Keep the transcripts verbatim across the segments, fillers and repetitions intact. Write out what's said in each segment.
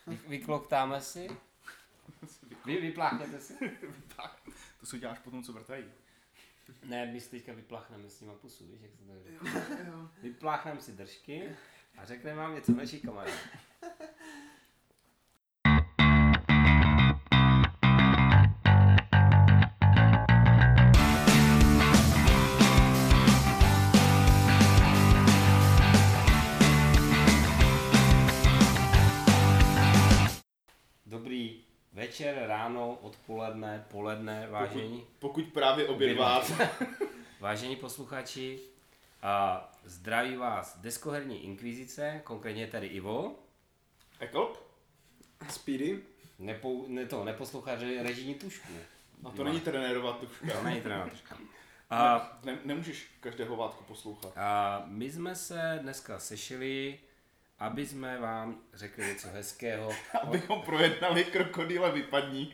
Vykloktáme si. Vy vypláchněte si. To si uděláš potom, co vrtají. Ne, my si teďka vypláchneme s nima pusu, víš, jak se to říká. Vypláchneme si držky a řekneme vám něco naší kamarádi. Dobrý večer, ráno, odpoledne, poledne, vážení. Pokud, pokud právě obědváte. Vážení posluchači, a zdraví vás Deskoherní inkvizice, konkrétně tady Ivo. Eklop? Speedy. Nepou, ne to, neposlouchat režijní tušku. A to není trenérova tuška. To není trenérova tuška. A, ne, nemůžeš každého vátku poslouchat. A my jsme se dneska sešli, aby jsme vám řekli něco hezkého. Abychom projednali krokodýle vypadní.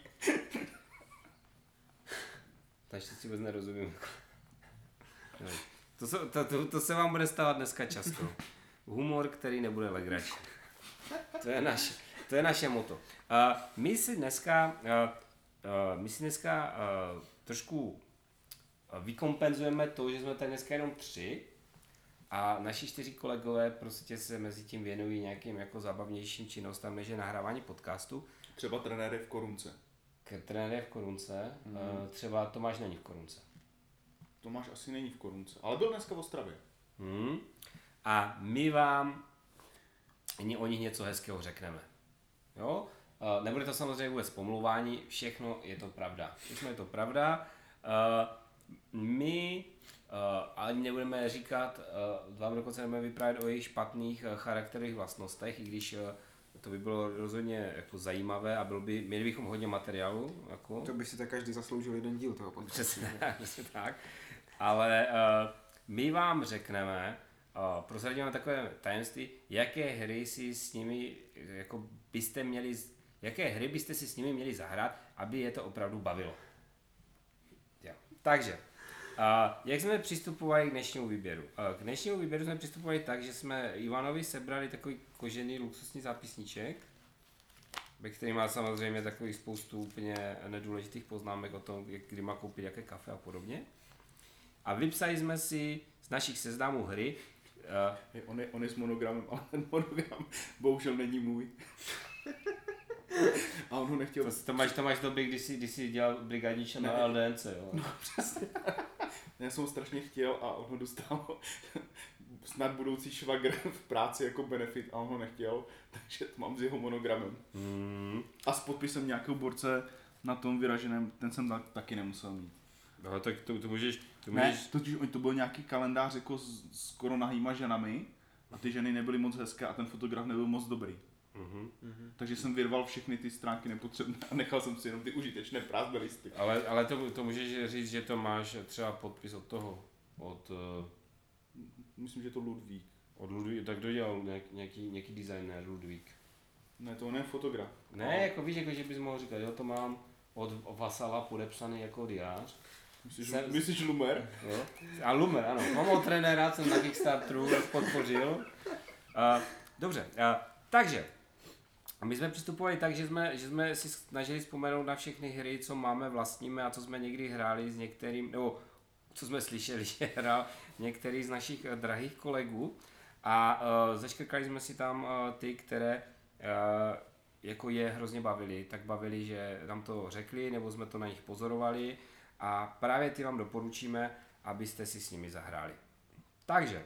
Takže si vůbec nerozumím. To se, to, to, to se vám bude stávat dneska často. Humor, který nebude legrační. To je naše, to je naše motto. Uh, my si dneska, uh, uh, my si dneska uh, trošku vykompenzujeme to, že jsme tady dneska jenom tři a naši čtyři kolegové prostě se mezi tím věnují nějakým jako zábavnějším činnostem, než je nahrávání podcastu. Třeba trenéry v korunce. Trenér je v korunce, mm. uh, třeba Tomáš není v korunce. Tomáš asi není v korunce, ale byl dneska v Ostravě. Hmm. A my vám o nich něco hezkého řekneme. Jo? Uh, nebude to samozřejmě vůbec pomlouvání, všechno je to pravda. Všechno je to pravda. Uh, my uh, ani nebudeme říkat, uh, vám dokonce nebudeme vyprávět o jejich špatných uh, charakterových vlastnostech, i když uh, to by bylo rozhodně jako zajímavé a bylo by, měli bychom hodně materiálu. Jako. To by si tak každý zasloužil jeden díl toho podcastu. Přesně tak, přesně tak. Ale uh, my vám řekneme, uh, prozradíme takové tajemství, jaké hry si s nimi, jako byste měli, jaké hry byste si s nimi měli zahrát, aby je to opravdu bavilo. Jo. Takže, uh, jak jsme přistupovali k dnešnímu výběru? Uh, k dnešnímu výběru jsme přistupovali tak, že jsme Ivanovi sebrali takový kožený luxusní zápisníček, ve který má samozřejmě takových spoustu úplně nedůležitých poznámek o tom, jak, kdy má koupit jaké kafe a podobně. A vypsali jsme si z našich seznamů hry. Uh, hey, on, je, on je s monogramem, ale ten monogram bohužel není můj. A on ho nechtěl. To, to máš, to máš doby, když jsi, když jsi dělal brigádniče na L D N C, jo? No přesně. Já jsem ho strašně chtěl a on ho dostal snad budoucí švagr v práci jako benefit a on ho nechtěl, takže to mám s jeho monogramem. Mm. A s podpisem nějakého borce na tom vyraženém, ten jsem tak, taky nemusel mít. No tak to, to můžeš... To ne, můžeš... totiž to byl nějaký kalendář jako s skoro nahýma ženami a ty ženy nebyly moc hezké a ten fotograf nebyl moc dobrý. Mm-hmm. Takže jsem vyrval všechny ty stránky nepotřebné a nechal jsem si jenom ty užitečné prázdné listy. Ale, ale to, to můžeš říct, že to máš třeba podpis od toho, od... Uh... Myslím, že to Ludvík. Od Ludvík, tak kdo dělal nějak, nějaký, nějaký designer Ludvík? Ne, to ne fotograf. Ne, no. Jako víš, jako, že bys mohl říkat, jo, to mám od Vasala podepsaný jako diář. Myslíš, Jsem, myslíš Lumer? Jo? A Lumer, ano. Mám od trenéra, jsem na Kickstarteru podpořil. Uh, dobře, uh, takže my jsme přistupovali tak, že jsme, že jsme si snažili vzpomenout na všechny hry, co máme, vlastníme a co jsme někdy hráli s některým, nebo co jsme slyšeli, že hrál některý z našich uh, drahých kolegů. A uh, zaškrkali jsme si tam uh, ty, které uh, jako je hrozně bavili, tak bavili, že nám to řekli, nebo jsme to na nich pozorovali a právě ty vám doporučíme, abyste si s nimi zahráli. Takže,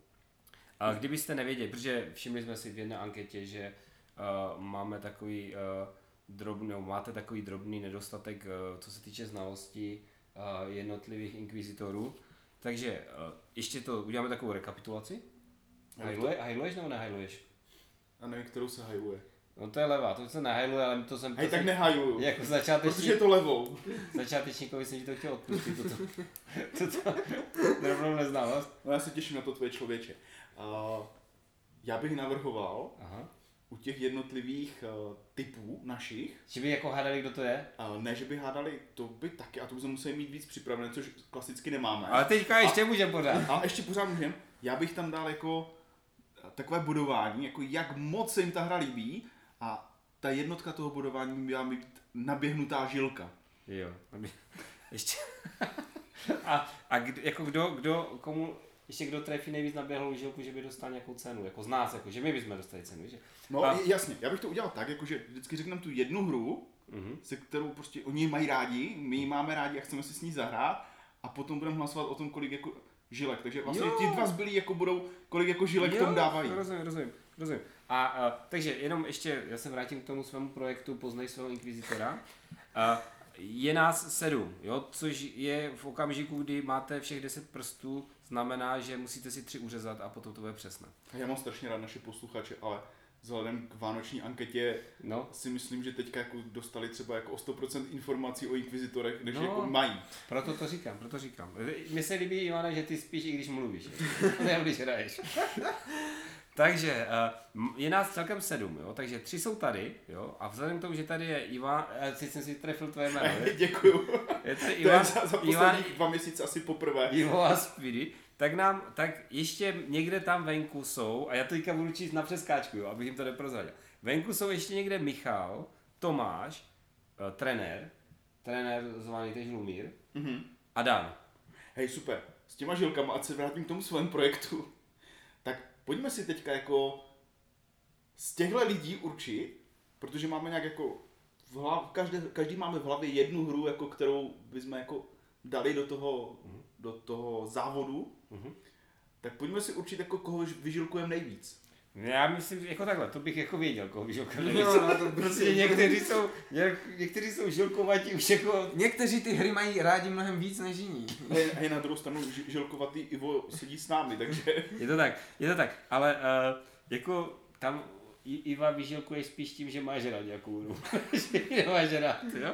kdybyste nevěděli, protože všimli jsme si v jedné anketě, že uh, máme takový uh, drobný, máte takový drobný nedostatek, uh, co se týče znalostí uh, jednotlivých inkvizitorů, takže uh, ještě to, uděláme takovou rekapitulaci. Hajluje, hajluješ nebo nehajluješ? A nevím, kterou se hajluje. No to je levá, to se nehajluje, ale to jsem... Hej, tak nehajluju, jako začátečník, protože je to levou. Začátečníkovi jsem ti to chtěl odpustit, toto, toto drobnou neznalost. No já se těším na to tvoje člověče. Uh, já bych navrhoval Aha. u těch jednotlivých uh, typů našich... Že by jako hádali, kdo to je? Uh, ne, že by hádali, to by taky, a to bychom museli mít víc připravené, což klasicky nemáme. Ale teďka ještě můžeme pořád. A ještě pořád můžeme. Já bych tam dal jako takové budování, jako jak moc se jim ta hra líbí a ta jednotka toho bodování měla být naběhnutá žilka. Jo, ještě. a a kdo, jako kdo, kdo, komu, ještě kdo trefí nejvíc naběhlou žilku, že by dostal nějakou cenu, jako z nás, jako že my bychom dostali cenu, že? No a... jasně, já bych to udělal tak, jakože vždycky řekneme tu jednu hru, mm-hmm. se kterou prostě oni mají rádi, my ji máme rádi a chceme si s ní zahrát a potom budeme hlasovat o tom, kolik jako žilek, takže vlastně jo. ti dva zbylí jako budou, kolik jako žilek jo, tomu dávají. rozumím, rozumím, rozumím. A, a takže jenom ještě, já se vrátím k tomu svému projektu Poznej svého inkvizitora. A, je nás sedm, jo, což je v okamžiku, kdy máte všech deset prstů, znamená, že musíte si tři uřezat a potom to bude přesné. Já mám strašně rád naše posluchače, ale vzhledem k vánoční anketě no. si myslím, že teďka jako dostali třeba jako o sto procent informací o inkvizitorech, než no, jako mají. Proto to říkám, proto říkám. Mně se líbí, Ivane, že ty spíš, i když mluvíš, ne když hraješ. Takže uh, je nás celkem sedm, jo? Takže tři jsou tady, jo? A vzhledem k tomu, že tady je Ivan, teď jsem si trefil tvoje jméno, děkuju. Je tady Ivan, to je za, za poslední Ivan, dva měsíce asi poprvé. Ivo a Speedy, tak nám, tak ještě někde tam venku jsou, a já to teďka budu číst na přeskáčku, jo? Abych jim to neprozradil. Venku jsou ještě někde Michal, Tomáš, uh, trenér, trenér zvaný teď Lumír, mm-hmm. a Dan. Hej, super. S těma žilkama, ať se vrátím k tomu svému projektu, tak pojďme si teďka jako z těchto lidí určit, protože máme nějak jako v hlav, každý, každý máme v hlavě jednu hru, jako kterou bychom jako dali do toho, uh-huh. do toho závodu, uh-huh. tak pojďme si určit, jako koho vyžilkujeme nejvíc. Já myslím, že jako takhle, to bych jako věděl, koho vyžilkujeme nejvíc. No, no, to prostě někteří jsou, něk, někteří jsou žilkovatí už jako... Někteří ty hry mají rádi mnohem víc než jiní. A je na druhou stranu žilkovatý Ivo sedí s námi, takže... Je to tak, je to tak, ale uh, jako tam Iva vyžilkuje spíš tím, že máš rád nějakou hru. Že ji nemáš rád, jo?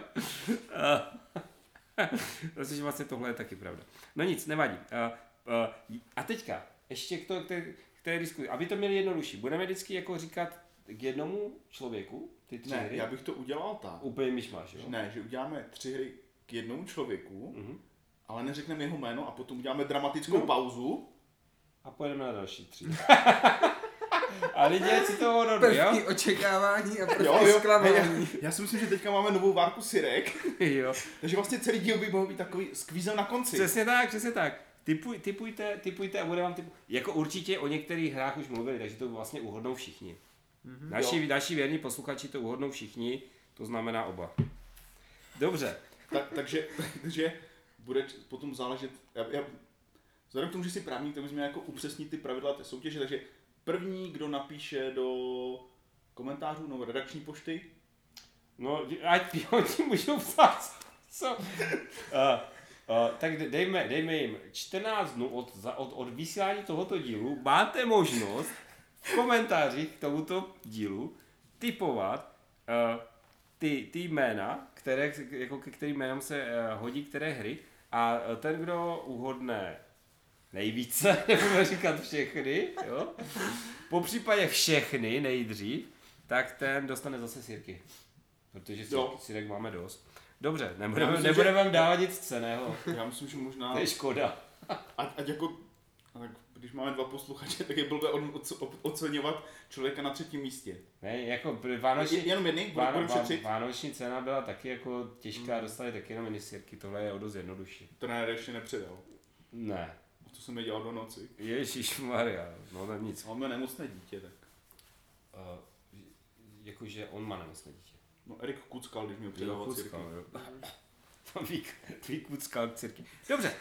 Protože vlastně tohle je taky pravda. No nic, nevadí. Uh, uh, a teďka, ještě k, to, k, té, k té diskuzi, aby to měli jednodušší. Budeme vždycky jako říkat k jednomu člověku ty tři ne, hry? Já bych to udělal tak. Úplně myšmáš, jo? Ne, že uděláme tři hry k jednomu člověku, mm-hmm. ale neřekneme jeho jméno a potom uděláme dramatickou no. pauzu. A pojedeme na další tři. A lidi, ať si to odhodnou, jo? První očekávání a první zklamání. Já, já si myslím, že teďka máme novou várku syrek. Jo. Takže vlastně celý díl by mohl být takový s kvízem na konci. Přesně tak, přesně tak. Typuj, typujte, typujte a bude vám typu... Jako určitě o některých hrách už mluvili, takže to vlastně uhodnou všichni. Mm-hmm. Naši, naši věrní posluchači to uhodnou všichni, to znamená oba. Dobře. Tak, takže, takže bude potom záležet, já, já, vzhledem k tomu, že jsi právník, tak bychom jako upřesnit ty pravidla té soutěže, takže první, kdo napíše do komentářů nebo redakční pošty. No, ať oni můžou psát, co? uh, uh, tak dejme, dejme jim čtrnáct dnů od, od, od vysílání tohoto dílu. Máte možnost v komentářích k tomuto dílu tipovat uh, ty, ty jména, které, jako ke kterým jménám se uh, hodí které hry. A ten, kdo uhodne nejvíce, nebudeme říkat všechny, jo? Po případě všechny nejdřív, tak ten dostane zase sirky. Protože sirek máme dost. Dobře, nebudeme, myslím, nebudeme že... vám dávat nic cenného. Já myslím, že možná... To je škoda. Ať, ať jako, když máme dva posluchače, tak je blbé oceňovat člověka na třetím místě. Ne, jako vánoční... Je, jenom jedný, Váno, budeme šetřit. Vánoční cena byla taky jako těžká, hmm. dostali taky jenom minisirky, tohle je o dost jednodušší. Trenér ještě nepředal. Ne. To jsem nedělal do noci. Ježišmarja, no to nic. On má nemocné dítě, tak. Uh, jakože on má nemocné dítě. No Erik kuckal, když měl předávat cirky. Tvý kuckal cirky. Dobře.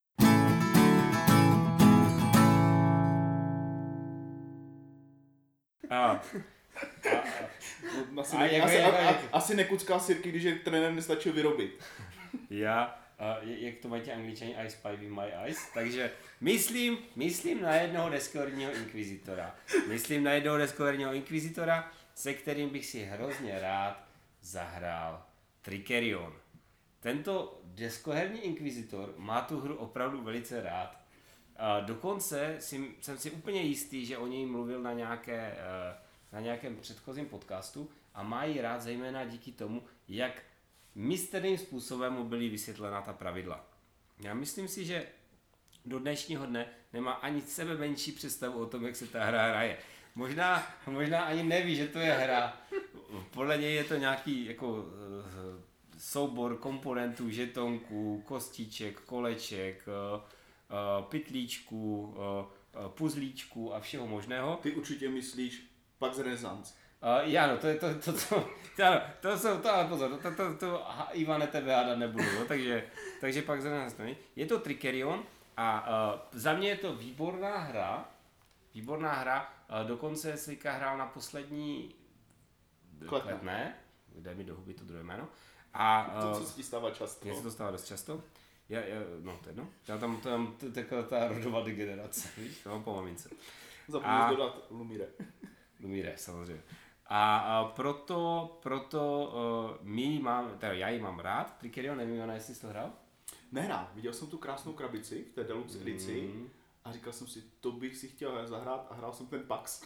A, a, a, asi, a, ne, asi, a, a, asi nekucká sirky, když je trenér nestačil vyrobit. Já, a, jak to mají ti Angličani, I spy with my eyes, takže myslím, myslím na jednoho deskoherního inkvizitora. Myslím na jednoho deskoherního inkvizitora, se kterým bych si hrozně rád zahrál Trickerion. Tento deskoherní inkvizitor má tu hru opravdu velice rád. A dokonce si, jsem si úplně jistý, že o něj mluvil na, nějaké, na nějakém předchozím podcastu a má ji rád zejména díky tomu, jak mistrným způsobem mu byly vysvětlena ta pravidla. Já myslím si, že do dnešního dne nemá ani sebe menší představu o tom, jak se ta hra hraje. Možná, možná ani neví, že to je hra. podle něj je to nějaký jako uh, soubor komponentů, žetonků, kostiček, koleček, uh, uh, pytlíčků, uh, uh, puzlíčků a všeho možného. Ty určitě myslíš Pax Renaissance. Uh, ano, to je to, to, to, to, ano, to jsou, to ale pozor, to, to, to aha, Ivane tebe hádat nebudu, jo, takže, takže pak zrovna není. Je to Trickerion a uh, za mě je to výborná hra, výborná hra, uh, dokonce Slika hrál na poslední Kletné, dej mi do huby to druhé jméno. A, uh, to, co se ti stává často. Mně se to stává dost často. Já, já, no to je jedno. Já tam, tam t- taková ta rodová degenerace, víš, to mám po mamince. Zapomněl dodat Lumire. Lumire, samozřejmě. A, a proto, proto uh, my mám, teda já ji mám rád, Trickerion, nevím, Jana, jestli jsi to hrál? Nehrál, viděl jsem tu krásnou krabici v té deluxe edici Mm. a říkal jsem si, to bych si chtěl zahrát a hrál jsem ten Pax.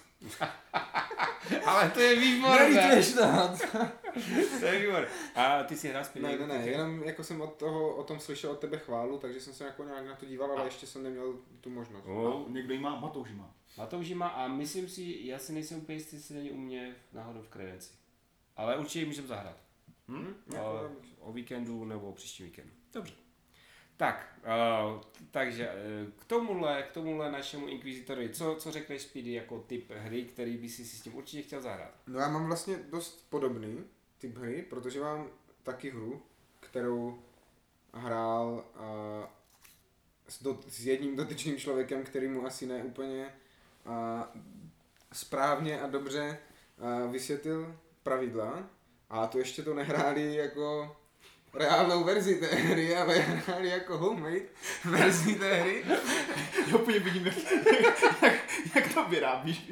Ale to je výborné. Nelítuješ to. To je výborné. A ty si hrál zpět? Ne, ne, ne, jenom jako jsem od toho, o tom slyšel od tebe chválu, takže jsem se jako nějak na to díval, ale ještě jsem neměl tu možnost. Oh. A někdo jí má, Matouš jí má. Matouš má a myslím si, já si nejsem úplně jistý, jestli není u mě náhodou v kredenci. Ale určitě ji můžeme zahrát. Hm? Hm? O, o víkendu nebo příští víkendu. Dobře. Tak, uh, takže uh, k tomuhle, k tomuhle našemu Inquisitorovi, co, co řekneš Speedy jako typ hry, který by si, si s tím určitě chtěl zahrát? No já mám vlastně dost podobný typ hry, protože mám taky hru, kterou hrál uh, s, do, s jedním dotyčným člověkem, který mu asi ne úplně uh, správně a dobře uh, vysvětlil pravidla. A to ještě to nehráli jako reálnou verzi té hry, ale hráli jako homemade verzi té hry. Já úplně vidím, jak, jak, jak to vyrábíš.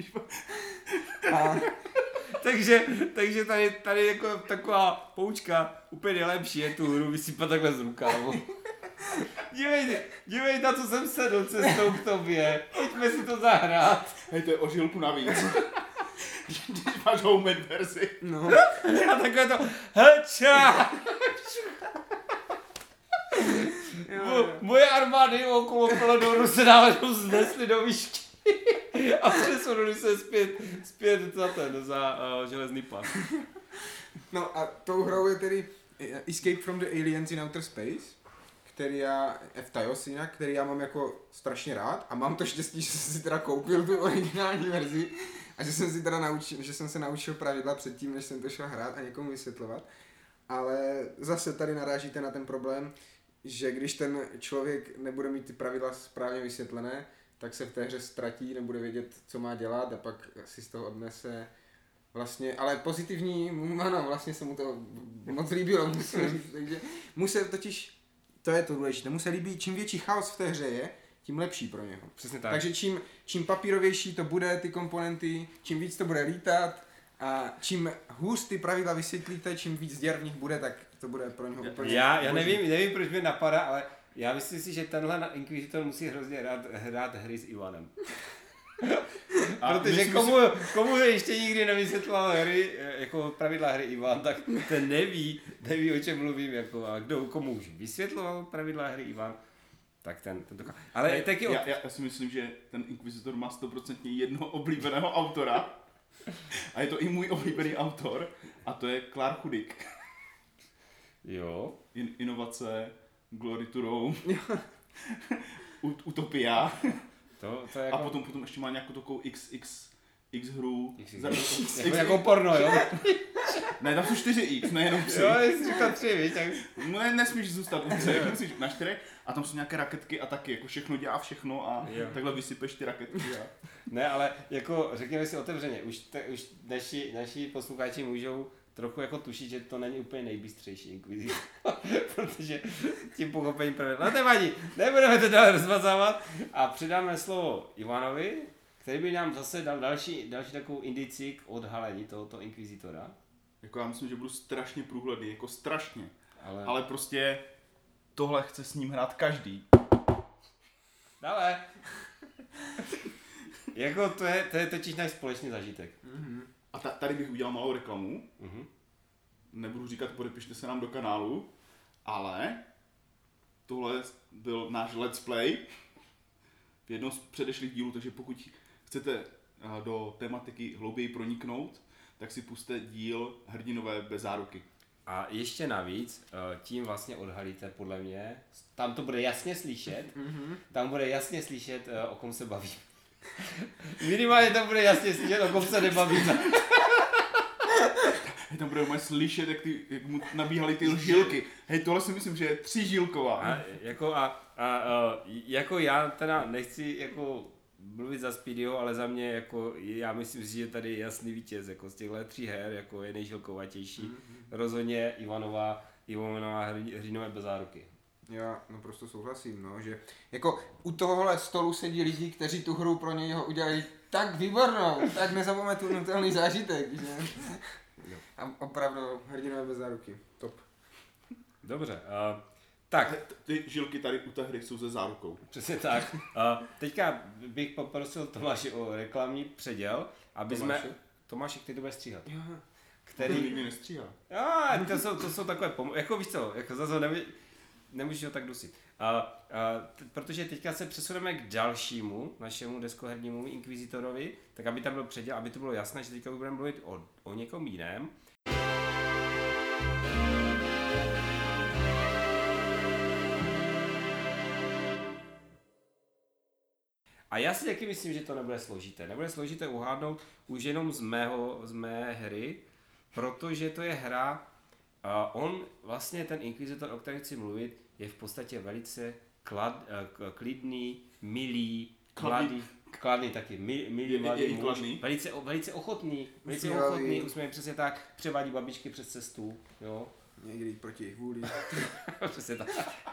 A, takže, takže tady, tady jako taková poučka, úplně lepší je tu hru vysypat takhle z rukávu. Dívej, dívej na co jsem sedl cestou k tobě, pojďme si to zahrát. Hej, to je o žilku navíc. Když máš homemade verzi. No. A takhle to heča. Mo, moje armády okolo Peledoru se najednou znesly do výšky a přesunuli se zpět, zpět za ten, za uh, železný pas. No a tou hrou je tedy Escape from the Aliens in Outer Space, který já, F T I O S jinak, který já mám jako strašně rád a mám to štěstí, že jsem si teda koupil tu originální verzi a že jsem si teda naučil, že jsem se naučil pravidla předtím, než jsem to šel hrát a někomu vysvětlovat. Ale zase tady narážíte na ten problém, že když ten člověk nebude mít ty pravidla správně vysvětlené, tak se v té hře ztratí, nebude vědět, co má dělat a pak si z toho odnese vlastně, ale pozitivní, ano, vlastně se mu to moc líbilo, musím říct, takže mu se totiž, to je to důležité, mu se líbí, čím větší chaos v té hře je, tím lepší pro něho. Přesně tak. Takže čím, čím papírovější to bude, ty komponenty, čím víc to bude lítat a čím hůř ty pravidla vysvětlíte, čím víc děr v nich bude, tak to bude pro něho úplně Já, já boží. nevím, nevím, proč mě napadá, ale já myslím si, že tenhle Inquisitor musí hrozně rád hrát hry s Ivanem. Protože myslím komu, komu ještě nikdy nevysvětloval hry, jako pravidla hry Ivan, tak ten neví, neví, o čem mluvím, jako, a kdo komu už vysvětloval pravidla hry Ivan, tak ten, ten to... Ale Ne, taky... já, já, já si myslím, že ten Inquisitor má stoprocentně jednoho oblíbeného autora a je to i můj oblíbený autor a to je Clark Hudik. Jo. In, inovace, Glory to Rome, Ut, Utopia. To, to je jako... A potom, potom ještě má nějakou takovou X, X, X hru. X, Za, X, X, jako, jako porno, jo? Ne, tam jsou čtyři X, nejenom tři. Jo, jsi říkal tři, víš, tak... No, ne, nesmíš zůstat u třech, musíš na čtyřech a tam jsou nějaké raketky a taky, jako všechno dělá všechno a Jo. takhle vysypeš ty raketky. A... Ne, ale jako řekněme si otevřeně, už, te, už naši, naši posluchači můžou trochu jako tušit, že to není úplně nejbystřejší Inquisitor, protože tím pochopením pravidla. No to vadí, nebudeme to dále rozmazávat a předáme slovo Ivanovi, který by nám zase dal další, další takovou indici k odhalení tohoto Inquisitora. Jako já myslím, že budu strašně průhledný, jako strašně. Ale, Ale prostě tohle chce s ním hrát každý. dále. Jako to je, to je totiž náš společný zážitek. Mm-hmm. A ta, tady bych udělal malou reklamu. Mhm. Nebudu říkat, podepište se nám do kanálu, ale tohle byl náš let's play v jednom z předešlých dílů, takže pokud chcete do tematiky hlouběji proniknout, tak si puste díl Hrdinové bez záruky. A ještě navíc, tím vlastně odhalíte, podle mě, tam to bude jasně slyšet, tam bude jasně slyšet, o kom se baví. Minimálně tam bude jasně slyšet, o kom se nebavíme. Hej, tam budeme slyšet, jak, ty, jak mu nabíhaly ty žilky. Hej, tohle si myslím, že je třížilková. A, jako, a, a, a jako já teda nechci jako mluvit za Speedyho, ale za mě jako, já myslím si, že tady je jasný vítěz, jako z těchto tří her, jako je nejžilkovatější. Mm-hmm. Rozhodně Ivanová, Ivanová Hrdinové bez záruky. Já naprosto souhlasím, no, že jako u tohohle stolu sedí lidi, kteří tu hru pro něj udělali tak výbornou, tak nezapomenutelný zážitek, že? A opravdu Hrdinové bez záruky, top. Dobře, uh, tak. Ty žilky tady u té hry jsou ze zárukou. Přesně tak. Uh, teďka bych poprosil Tomáše o reklamní předěl, aby Tomáši? jsme... Tomášek, ty to bude stříhat. Jo. Který... To nikdy nestříhá. Ah, to jsou, to jsou takové pom... Jako víš co, jako zase nemů... nemůžeš ho tak dusit. Uh, uh, t- protože teďka se přesuneme k dalšímu našemu deskohernímu inkvizitorovi, tak aby tam byl předěl, aby to bylo jasné, že teďka budeme mluvit o, o někom jiném. A já si taky myslím, že to nebude složité. Nebude složité uhádnout už jenom z, mého, z mé hry, protože to je hra, uh, on vlastně ten inkvizitor, o kterém chci mluvit, je v podstatě velice klad, uh, klidný, milý, kladný, kladný taky, milý, milý mladý muž, velice, velice ochotný, velice Usmívavý. ochotný, usměje přesně tak, převádí babičky přes cestu, jo. Někdy proti jejich vůli. Přesně tak.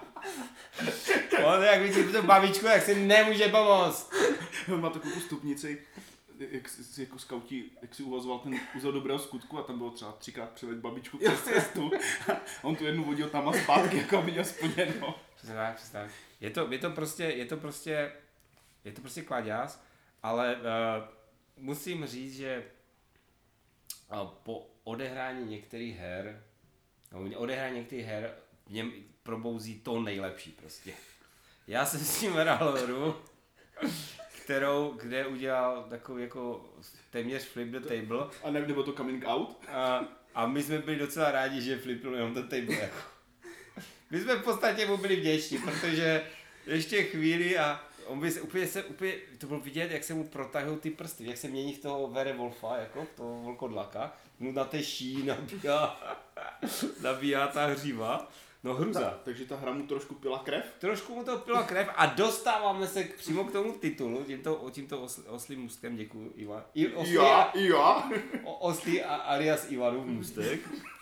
On jak vidí tu babičku, jak si nemůže pomoct. On má takovou stupnici, jak si jako skauti, jak si uvazoval ten úzel dobrého skutku a tam bylo třeba třikrát převeď babičku přes cestu. On tu jednu vodil tam a zpátky, jako by měl splněno. Přesně tak, přesně tak. Je to, je to prostě, je to prostě, je to prostě kladěz, ale uh, musím říct, že uh, po odehrání některých her, no, odehrání některých her v něm probouzí to nejlepší prostě. Já jsem s tím hrál hru, kterou, kde udělal takový jako téměř flip the table. A ne, nebo to coming out? A, a my jsme byli docela rádi, že flipnul jenom ten table. Jako. My jsme v podstatě mu byli vděční, protože ještě chvíli a on by se úplně, se, úplně, to bylo vidět, jak se mu protahují ty prsty, jak se mění v toho werewolfa, jako v toho vlkodlaka, mu na té ší nabíhá, nabíhá ta hříva. No hruza. Ta, takže ta hra mu trošku pila krev? Trošku mu to pila krev a dostáváme se k, přímo k tomu titulu, tímto, tímto osl, oslým můstkem, děkuji Ivan. I, oslí, Já, já. O, oslí a alias Ivanův můstek.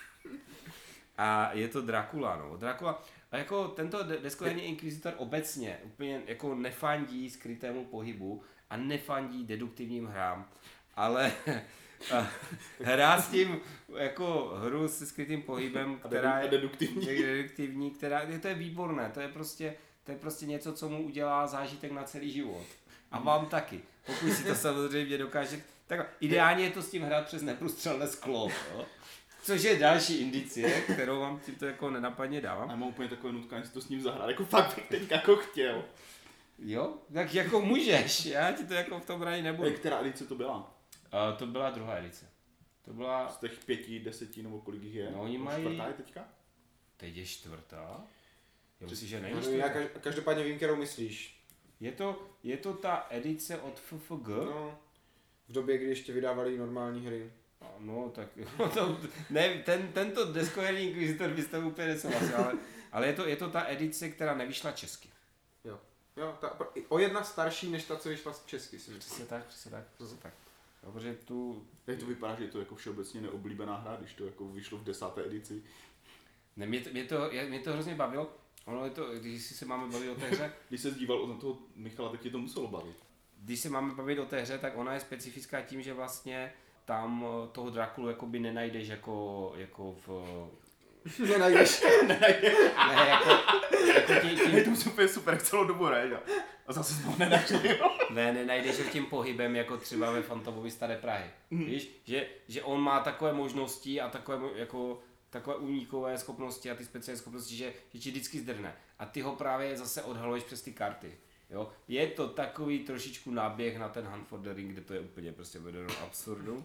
A je to Dracula, no. Dracula, a jako tento deskoherní inkvizitor obecně úplně jako nefandí skrytému pohybu a nefandí deduktivním hrám, ale hrá s tím jako hru se skrytým pohybem, která je deduktivní. deduktivní, která je, to je výborné, to je prostě to je prostě něco, co mu udělá zážitek na celý život. A vám taky, pokud si to samozřejmě dokáže. Tak ideálně je to s tím hrát přes neprůstřelné sklo, jo? Což je další indicie, kterou vám tímto jako nenapadně dávám. A mám úplně takové nutkání si to s ním zahrát, jako fakt bych teď jako chtěl. Jo, tak jako můžeš, já ti to jako v tom hraní nebudu. Která edice to byla? Uh, to byla druhá edice. To byla... Z těch pěti, deseti nebo kolik jich je? No oni mají... Čtvrtá je teďka? Teď je čtvrtá? Já myslím, že není No, čtvrtá. já kaž- každopádně vím, kterou myslíš. Je to, je to ta edice od F F G? No, v době, kdy ještě vydávali normální hry. No, tak to, ne, ten, tento deskoherní inkvizitor byste úplně nesouhlasil, ale, ale je, to, je to ta edice, která nevyšla česky. Jo, jo ta, o jedna starší, než ta, co vyšla z česky, si myslím. Přesně tak, přesně tak, přesně tak. Dobře, tu... Jak to vypadá, že je to jako všeobecně neoblíbená hra, když to jako vyšlo v desáté edici. Ne, mě to, mě to, mě to hrozně bavilo, ono je to, když si se máme bavit o té hře, Když se díval na toho Michala, tak tě to muselo bavit. když se máme bavit o té hře, tak ona je specifická tím, že vlastně tam toho Drakulu jakoby nenajdeš jako, jako v... Nenajdeš. Nenajdeš. Ne, jako, jako tím, tím, Je to super, super, jak celou dobu hraješ a zase jsme ho nenašli, jo. ne, nenajdeš ho tím pohybem, jako třeba ve Fantomovi Staré Prahy. Mm. Víš, že, že on má takové možnosti a takové, jako, takové unikové schopnosti a ty speciální schopnosti, že, že ti vždycky zdrhne. A ty ho právě zase odhaluješ přes ty karty. Jo? Je to takový trošičku náběh na ten Hunt for the Ring, kde to je úplně prostě vedeno absurdu.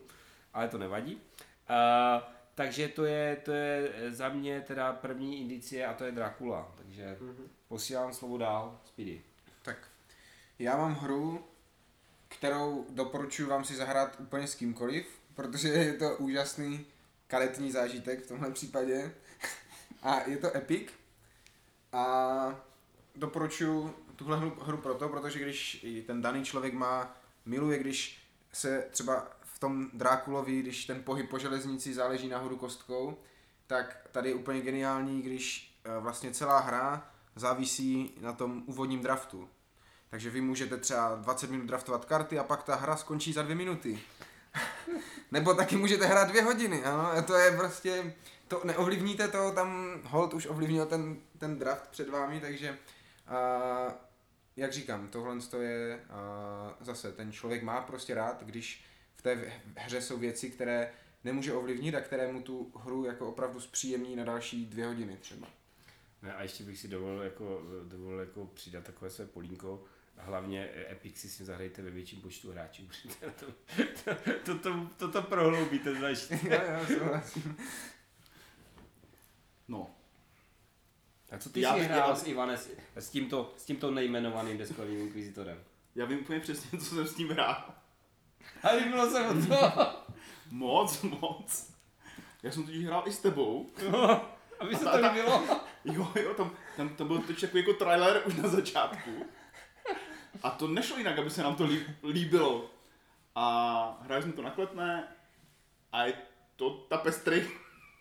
ale to nevadí. Uh, takže to je, to je za mě teda první indicie a to je Dracula, takže mm-hmm. posílám slovo dál, Speedy. Tak, já mám hru, kterou doporučuji vám si zahrát úplně s kýmkoliv, protože je to úžasný karetní zážitek v tomhle případě a je to Epic a doporučuji tuhle hru, hru proto, protože když ten daný člověk má, miluje, když se třeba v tom Drákulovi, když ten pohyb po železnici záleží nahoru kostkou, tak tady je úplně geniální, když vlastně celá hra závisí na tom úvodním draftu. Takže vy můžete třeba dvacet minut draftovat karty a pak ta hra skončí za dvě minuty. Nebo taky můžete hrát dvě hodiny, ano, to je prostě, to neovlivníte to, tam hold už ovlivnil ten, ten draft před vámi, takže a, jak říkám, tohle je a, zase, ten člověk má prostě rád, když v té hře jsou věci, které nemůže ovlivnit a které mu tu hru jako opravdu zpříjemní na další dvě hodiny třeba. No a ještě bych si dovolil jako, dovolil jako přidat takové své polínko. Hlavně Epic si s ním zahrajte ve větším počtu hráčů. to, to, to, to, to, to prohloubí ten zažití. Jo, jo, souhlasím. No. A co ty Já jsi bych hrál dělal... s Ivane, s tímto, s tímto nejmenovaným deskovým inkvizitorem? Já vím úplně přesně, co jsem s ním hrál. A líbilo se mu to. Moc, moc. Já jsem totiž hrál i s tebou. No, aby se to líbilo. Jo, jo, tam, tam, tam byl totiž takový jako trailer už na začátku. A to nešlo jinak, aby se nám to líb, líbilo. A hráli jsme to na kletné a je to ta pestry.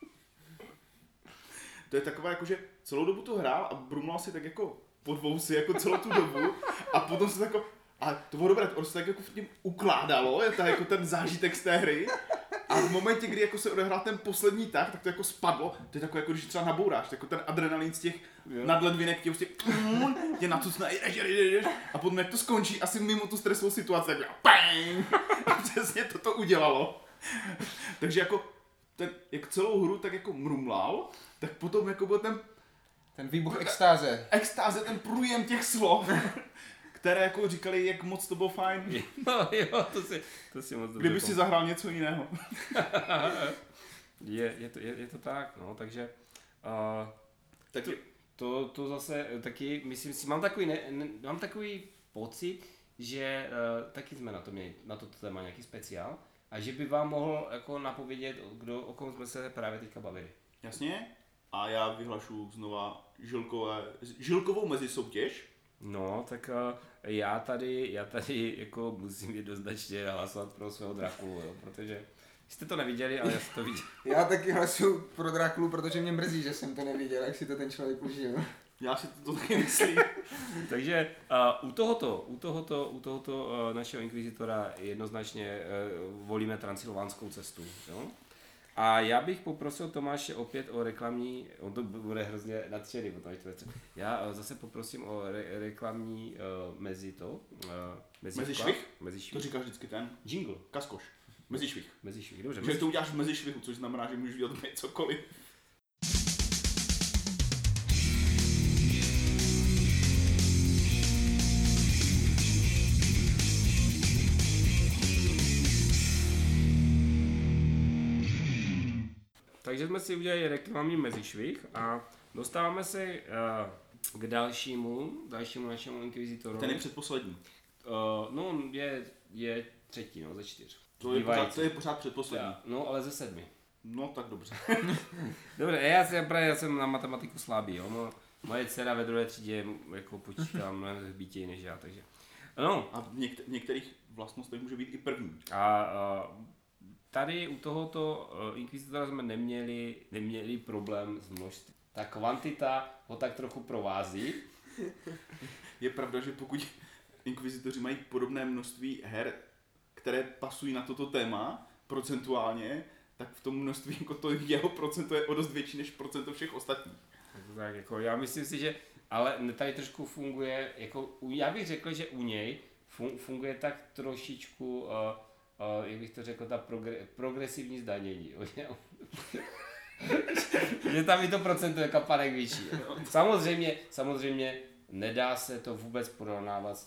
To je taková jako, že celou dobu to hrál a brumlal si tak jako pod vousy jako celou tu dobu a potom se jako, a to bylo dobré, to se tak jako v tím ukládalo, je to jako ten zážitek z té hry. A v momentě, kdy jako se odehrál ten poslední tak, tak to jako spadlo. To je takové, jako když třeba nabouráš, jako ten adrenalin z těch jo. nadledvinek tě prostě tě nacucne, jdeš, jdeš, jdeš. A potom jak to skončí, asi mimo tu stresovou situaci, tak bang! A přesně toto udělalo. Takže jako, ten, jak celou hru tak jako mrumlal, tak potom jako byl ten... Ten výbuch extáze. Extáze, ten průjem těch slov. Které jako říkali, jak moc to bylo fajn. No jo, to si, to si moc dobře. Kdyby si zahrál něco jiného. je, je, to, je, je to tak, no, takže uh, tak to, to, to zase taky, myslím si, mám takový, ne, ne, mám takový pocit, že uh, taky jsme na to měli, na toto téma nějaký speciál a že by vám mohl jako napovědět, kdo, o kom jsme se právě teďka bavili. Jasně, a já vyhlašu znova žilkové, žilkovou mezisoutěž. No, tak uh, já tady, já tady jako musím jednoznačně hlasovat pro svého Drakulu, jo, protože jste to neviděli, ale já jsem to viděl. Já taky hlasuju pro Drakulu, protože mě mrzí, že jsem to neviděl, jak si to ten člověk užil. Já si to, to taky myslím. Takže uh, u tohoto, u tohoto, u tohoto uh, našeho inkvizitora jednoznačně uh, volíme transylvánskou cestu, jo? A já bych poprosil Tomáše opět o reklamní, on to bude hrozně nadšený, potom já zase poprosím o re, reklamní uh, mezi to, uh, mezi, mezi švih? Mezi švih. To říkáš vždycky ten? Jingle. Kaskoš. Mezi švih. Mezi švih, dobře. Že to uděláš v mezi švihu, což znamená, že můžeš dělat cokoliv. Takže jsme si udělali reklamní mezišvih a dostáváme se uh, k dalšímu, dalšímu našemu inkvizitoru. Ten je předposlední. Uh, no, je, je třetí, no, ze čtyř. To je, pořád, to je pořád předposlední. Já, no, ale ze sedmi. No, tak dobře. Dobře, já jsem, právě, já jsem na matematiku slabý, jo. No, moje dcera ve druhé třídě jako počítá mnohem hbítěji než já, takže. No. A v, něk- v některých vlastnostech může být i první. A, a tady u tohoto uh, inkvizitora jsme neměli, neměli problém s množstvím. Ta kvantita ho tak trochu provází. Je pravda, že pokud inkvizitoři mají podobné množství her, které pasují na toto téma procentuálně, tak v tom množství jako to jeho procento je o dost větší než procento všech ostatních. Tak jako já myslím si, že ale tady trošku funguje, jako já bych řekl, že u něj funguje tak trošičku, uh, uh, jak bych to řekl, ta progre, progresivní zdanění. Že tam i to procento je kapanek vyšší. Samozřejmě, samozřejmě nedá se to vůbec porovnávat s tím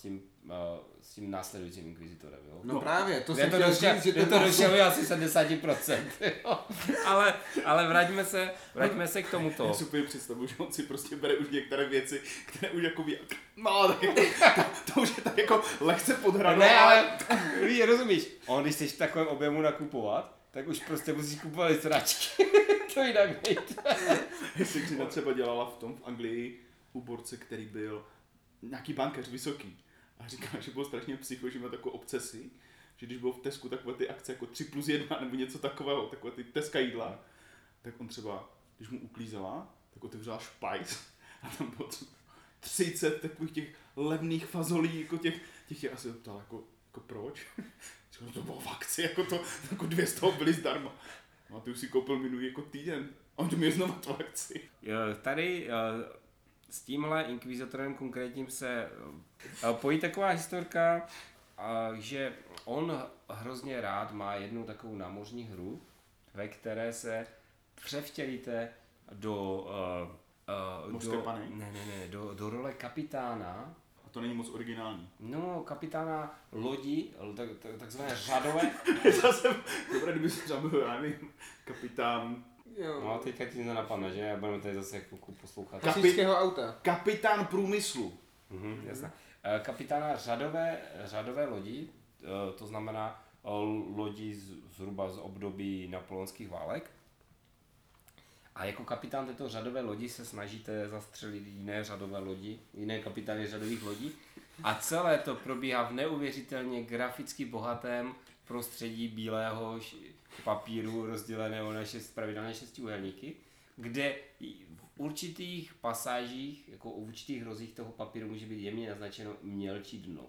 s tím následujícím inkvizitorem, jo. No, no právě, to je jsem to chtěl došel, říct, že je to ten došel asi sedmdesát procent, jo. Ale, ale vraťme se, vraťme se k tomuto. Já si úplně představuji, že on si prostě bere už některé věci, které už jako ví, no, tak jako, to, to už je tak jako lehce pod hranou. Ne, ale víš, rozumíš, on když chceš v takovém objemu nakupovat, tak už prostě musíš kupovat sračky, to jinak nejde. Jestli Gina třeba dělala v tom v Anglii u borce, který byl nějaký bankéř vysoký a říká, že byl strašně psycho, že měl takovou obsesi, že když byl v Tesku takové ty akce jako tři plus jedna nebo něco takového, takové ty Teska jídla, tak on třeba, když mu uklízela, tak otevřela špajs a tam bylo třicet takových těch levných fazolí, jako těch, těch je asi ptal, jako, jako proč? Říkal, to bylo v akci, jako to, jako dvě z toho byly zdarma. No a ty už si koupil minulý jako týden a on to měl znovu tu akci. Tady s tímhle inkvizitorem konkrétním se pojí taková historka, že on hrozně rád má jednu takovou námořní hru, ve které se převtělíte do, uh, uh, do, ne, ne, ne, do, do role kapitána. A to není moc originální. No, kapitána lodi, tak, tak, takzvané řadové. Zase, dobré, kdyby se třeba byl, já nevím, kapitán. Jo. No, teďka ti to napadne, že? Já budeme tady zase chvilku poslouchat. Hasičského auta. Kapitán průmyslu. Mhm, jasné. Kapitána řadové, řadové lodi, to znamená lodi zhruba z období napoleonských válek. A jako kapitán této řadové lodi se snažíte zastřelit jiné řadové lodi, jiné kapitány řadových lodí. A celé to probíhá v neuvěřitelně graficky bohatém prostředí bílého papíru rozděleného na šest pravidelné šestiúhelníky, kde v určitých pasážích, jako v určitých rozích toho papíru může být jemně naznačeno mělčí dno.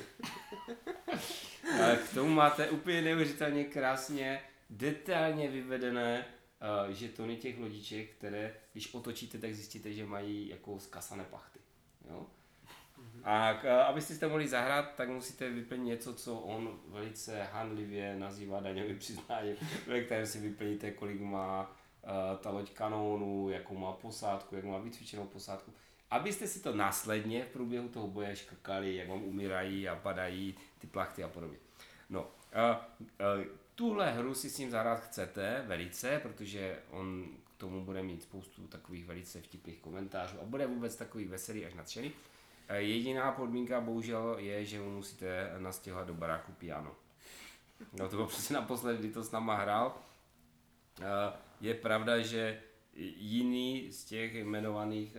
A k tomu máte úplně neuvěřitelně krásně, detailně vyvedené uh, žetony těch lodiček, které když otočíte, tak zjistíte, že mají jako zkasané plachty. Jo? A k, abyste si to mohli zahrát, tak musíte vyplnit něco, co on velice hanlivě nazývá daňovým přiznáním, ve kterém si vyplníte, kolik má uh, ta loď kanónů, jakou má posádku, jak má vycvičenou posádku. Abyste si to následně v průběhu toho boje škrkali, jak vám umírají a padají ty plachty a podobně. No, uh, uh, tuhle hru si s ním zahrát chcete velice, protože on k tomu bude mít spoustu takových velice vtipných komentářů a bude vůbec takový veselý až nadšený. Jediná podmínka bohužel je, že mu musíte nastěhovat do baráku piano. No to bylo přesně naposled, kdy to s náma hrál. Je pravda, že jiný z těch jmenovaných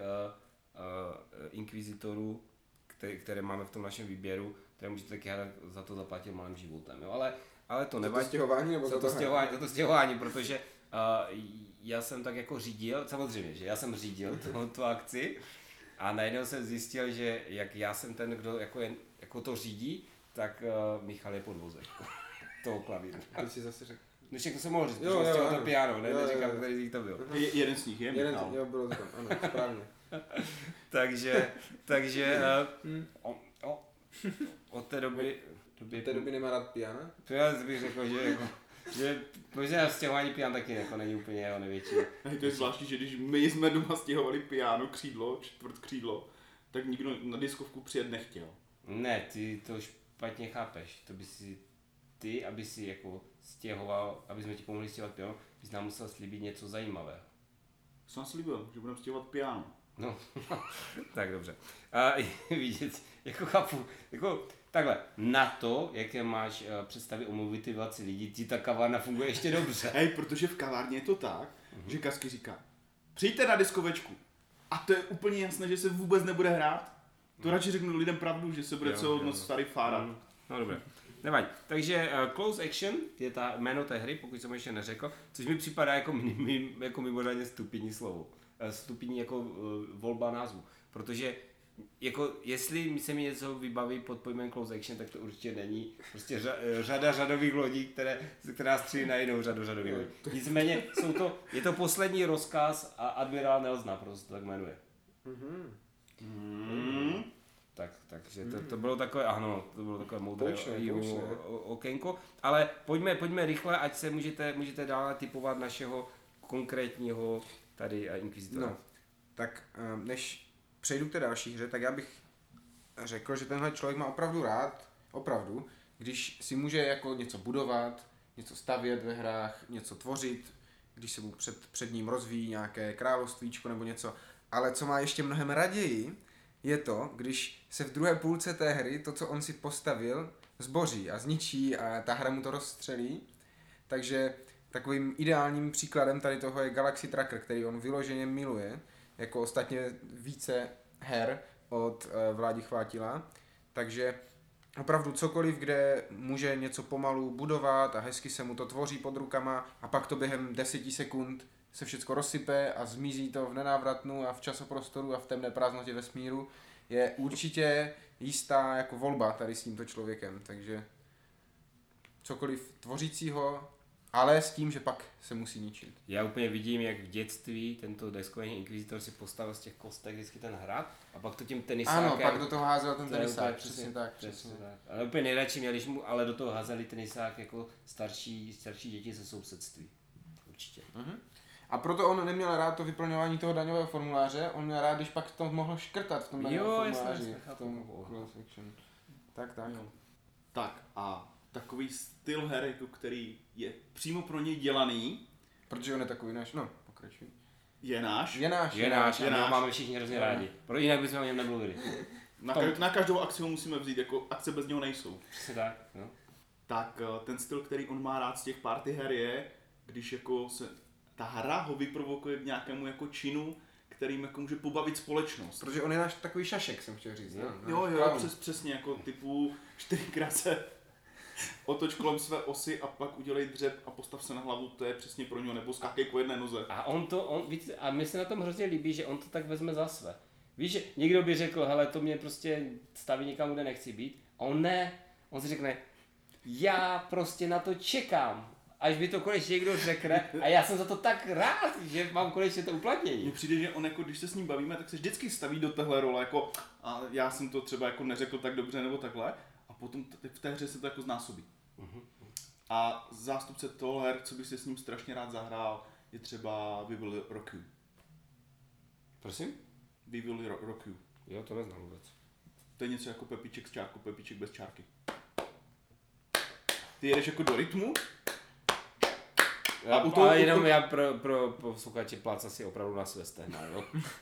inkvizitorů, které, které máme v tom našem výběru, které můžete taky hrát, za to zaplatit malým životem. Jo? Ale, ale to nevadí. Za to stěhování nebo za to stěhování? Za to stěhování, protože uh, já jsem tak jako řídil, samozřejmě, že já jsem řídil tu akci. A najednou jsem zjistil, že jak já jsem ten, kdo jako, je, jako to řídí, tak uh, Michal je podvozek toho klavíru. A si zase řekl. No všechno jsem mohl říct, protože vlastně to piano, ne? Neříkám, který z nich to byl. Je, jeden z nich je jeden Michal. Jo, bylo to tam, ano, správně. takže, takže uh, o, o, od té doby... doby od té doby nemá rád piana? Já bych řekl, že jako... Že možná stěhování pian taky jako není úplně jeho největší. A to je zvláštní, že když my jsme doma stěhovali piano, křídlo, čtvrt křídlo, tak nikdo na diskovku přijet nechtěl. Ne, ty to špatně chápeš. To by si ty, aby si jako stěhoval, aby jsme ti pomohli stěhovat piano, bys nám musel slíbit něco zajímavého. Jsem slíbil, že budeme stěhovat piano. No, tak dobře. A vidět, jako chápu, jako takhle, na to, jaké máš uh, představy o motivaci lidí, ti ta kavárna funguje ještě dobře. Hej, protože v kavárně je to tak, uh-huh. že Kasky říká, přijďte na diskovečku. A to je úplně jasné, že se vůbec nebude hrát. To radši řeknu lidem pravdu, že se bude jo, celou noc starý fárat. Mm, no dobré. Nevadí. Takže uh, Close Action je ta jméno té hry, pokud jsem ještě neřekl, což mi připadá jako, mi, jako mimořádně stupidní slovo. Uh, stupidní jako uh, volba názvu. Protože jako jestli se mi něco vybaví pod pojmem Close Action, tak to určitě není prostě řa, řada řadových lodí, které, která střílí na jinou řadu řadových lodí. Nicméně jsou to, je to poslední rozkaz a admirál Nelsona, prostě tak jmenuje. Mm-hmm. Mm. Tak, takže to, to bylo takové, ano, to bylo takové moudré okénko, ale pojďme, pojďme rychle, ať se můžete, můžete dále typovat našeho konkrétního tady inkvizitora. No, tak než přejdu k té další hře, tak já bych řekl, že tenhle člověk má opravdu rád, opravdu, když si může jako něco budovat, něco stavět ve hrách, něco tvořit, když se mu před, před ním rozvíjí nějaké královstvíčko nebo něco. Ale co má ještě mnohem raději, je to, když se v druhé půlce té hry to, co on si postavil, zboří a zničí a ta hra mu to rozstřelí. Takže takovým ideálním příkladem tady toho je Galaxy Tracker, který on vyloženě miluje, jako ostatně více her od uh, Vládi Chvátila. Takže opravdu cokoliv, kde může něco pomalu budovat a hezky se mu to tvoří pod rukama a pak to během deseti sekund se všechno rozsype a zmizí to v nenávratnu a v časoprostoru a v temné prázdnotě vesmíru, je určitě jistá jako volba tady s tímto člověkem. Takže cokoliv tvořícího, ale s tím, že pak se musí ničit. Já úplně vidím, jak v dětství tento deskovaný inkvizitor si postavil z těch kostek vždycky ten hrad a pak to tím tenisákem... Ano, pak do toho házel ten to je tenisák, úplně přesně tak. Přesně tak. Ale úplně nejradši měl, když mu ale do toho házeli tenisák jako starší, starší děti ze sousedství. Určitě. Mhm. A proto on neměl rád to vyplňování toho daňového formuláře, on měl rád, když pak to mohl škrtat v tom daňovém Jo, formuláři. jasně, v tom close action. Tak, tak. Jo. Tak a takový styl her, jako který je přímo pro něj dělaný, Protože on je takový náš, no, pokračuj. je náš. Je náš. Je náš, je a my ho náš. máme všichni hrozně rádi. Pro jinak bychom o něm nemluvili. Na, Tom. ka- na každou akci ho musíme vzít, jako akce bez něho nejsou. Přesně tak, no. Tak eh, ten styl, který on má rád z těch party her je, když jako se ta hra ho vyprovokuje k nějakému jako činu, kterým jako může pobavit společnost. Protože on je náš takový šašek, jsem chtěl říct. Jo. No, náš Jo, jo, clown. přes, přesně jako typu čtyřikrát se otoč kolem své osy a pak udělej dřep a postav se na hlavu, to je přesně pro něho, nebo skákej po jedné noze. A on to, on, víte, a mi se na tom hrozně líbí, že on to tak vezme za své. Víš, že někdo by řekl, hele, to mě prostě staví někam, kde nechci být. A on ne, on si řekne, já prostě na to čekám, až by to konečně někdo řekne a já jsem za to tak rád, že mám konečně to Mně uplatnění. přijde, že on jako, když se s ním bavíme, tak se vždycky staví do téhle role, jako a já jsem to třeba jako neřekl tak dobře nebo takhle, a potom t- v té hře se to jako znásobí. A zástupce toho her, co bych si s ním strašně rád zahrál, je třeba We Will Rock You. Prosím? We Will Ro- Rock You. Jo, to neznám vůbec. To je něco jako Pepíček s čárkou, Pepíček bez čárky. Ty jedeš jako do rytmu. Já, u toho- ale u jenom toho- já pro, pro posluchače pláca si opravdu na své stehna, jo.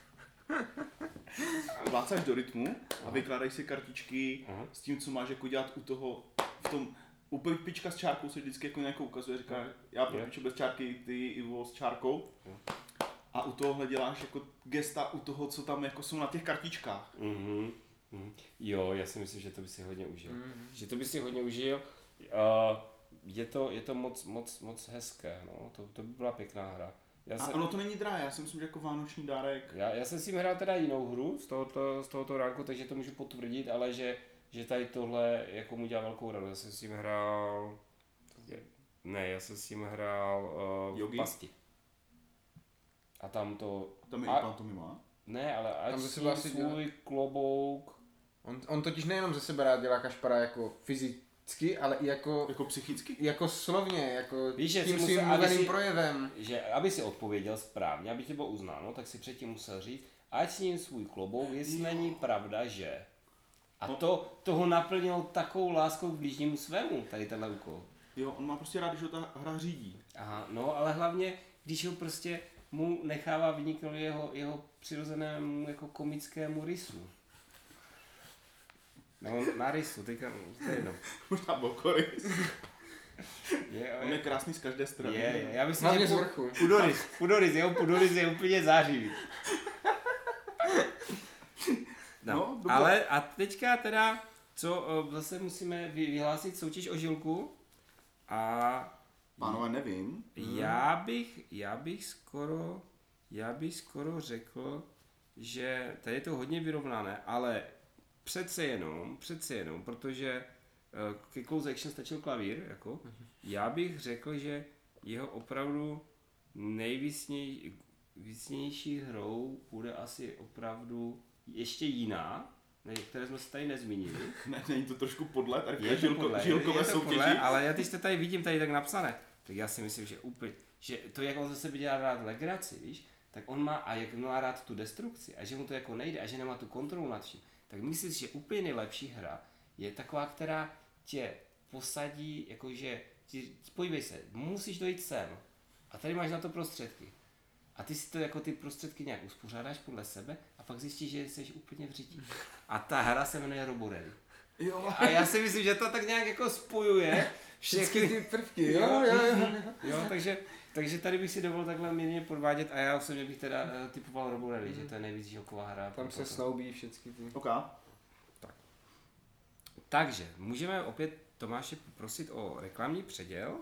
Plácáš do rytmu a vykládají si kartičky Aha. s tím, co máš jako dělat u toho, v tom, u Pepička s čárkou se vždycky jako nějakou ukazuje, říká, já Pepiček bez čárky, ty Ivo s čárkou. Jo. A u tohohle děláš jako gesta u toho, co tam jako jsou na těch kartičkách. Mhm. Mhm. Jo, já si myslím, že to by si hodně užil. Mhm. Že to by si hodně užil. Uh, je to, je to moc, moc, moc hezké, no. To, to by byla pěkná hra. Já, A jsem, ono to není drahé, já si myslím, že jako vánoční dárek. já, já jsem s tím hrál teda jinou hru z tohoto, z tohoto ránku, takže to můžu potvrdit, ale že, že tady tohle jako mu dělá velkou radost. Já jsem s tím hrál... Ne, já jsem s tím hrál uh, Yogi? Pasti. A tam to... Tam je A- i pantomima. Ne, ale ať Tam s zase ním vlastně svůj klobouk... On, on totiž nejenom ze sebe rád dělá kašpara jako fyzicky, ale i jako, Jako psychicky? jako slovně, jako Víš, že tím si svým musel- aby mluveným si- projevem. Že aby si odpověděl správně, aby ti bylo uznáno, tak si předtím musel říct, ať s ním svůj klobouk, jestli není pravda, že. A No. to, toho naplnilo takovou láskou k blížnímu svému, tady tenhle úkol. Jo, on má prostě rád, když ho ta hra řídí. Aha, no ale hlavně, když ho prostě mu nechává vyniknout jeho, jeho přirozenému jako komickému rysu. No, na rysu, teďka, to je jedno. Možná bokorys. Je, On je krásný z každé strany. je, je, já myslím, Hlavně že z pu- vrchu. Pudoris, Pudoris, jo, Pudoris je úplně zářivý. No, No, dobře. ale a teďka teda, co o, zase musíme vy- vyhlásit soutěž o žilku a Pánové, nevím. já bych, já bych skoro, já bych skoro řekl, že tady je to hodně vyrovnané, ale přece jenom, přece jenom, protože eh, ke close action stačil klavír, jako, já bych řekl, že jeho opravdu nejvícnější hrou bude asi opravdu ještě jiná, ne- které jsme se tady nezmínili. Ne, není to trošku podle, tady v té Je to žilko, podle, žilkové je to soutěži. podle, ale já teď to tady vidím tady tak napsané, tak já si myslím, že úplně, že to jak on ze sebe dělá rád legraci, víš, tak on má, a jak má rád tu destrukci, a že mu to jako nejde, a že nemá tu kontrolu nad vším, tak myslím si, že úplně nejlepší hra je taková, která tě posadí, jakože, ti, podívej se, musíš dojít sem a tady máš na to prostředky. A ty si to jako ty prostředky nějak uspořádáš podle sebe a pak zjistíš, že jsi úplně v řití. A ta hra se jmenuje Robo Rally. Jo. A já si myslím, že to tak nějak jako spojuje všechny ty prvky, jo, jo, jo. Jo, takže, takže tady bych si dovolil takhle mírně podvádět a já osobně bych teda uh, typoval Robo Rally, mm. že to je nejvíc žilková hra. Tam se snoubí všechny ty. OK. Tak. Takže můžeme opět Tomáše poprosit o reklamní předěl.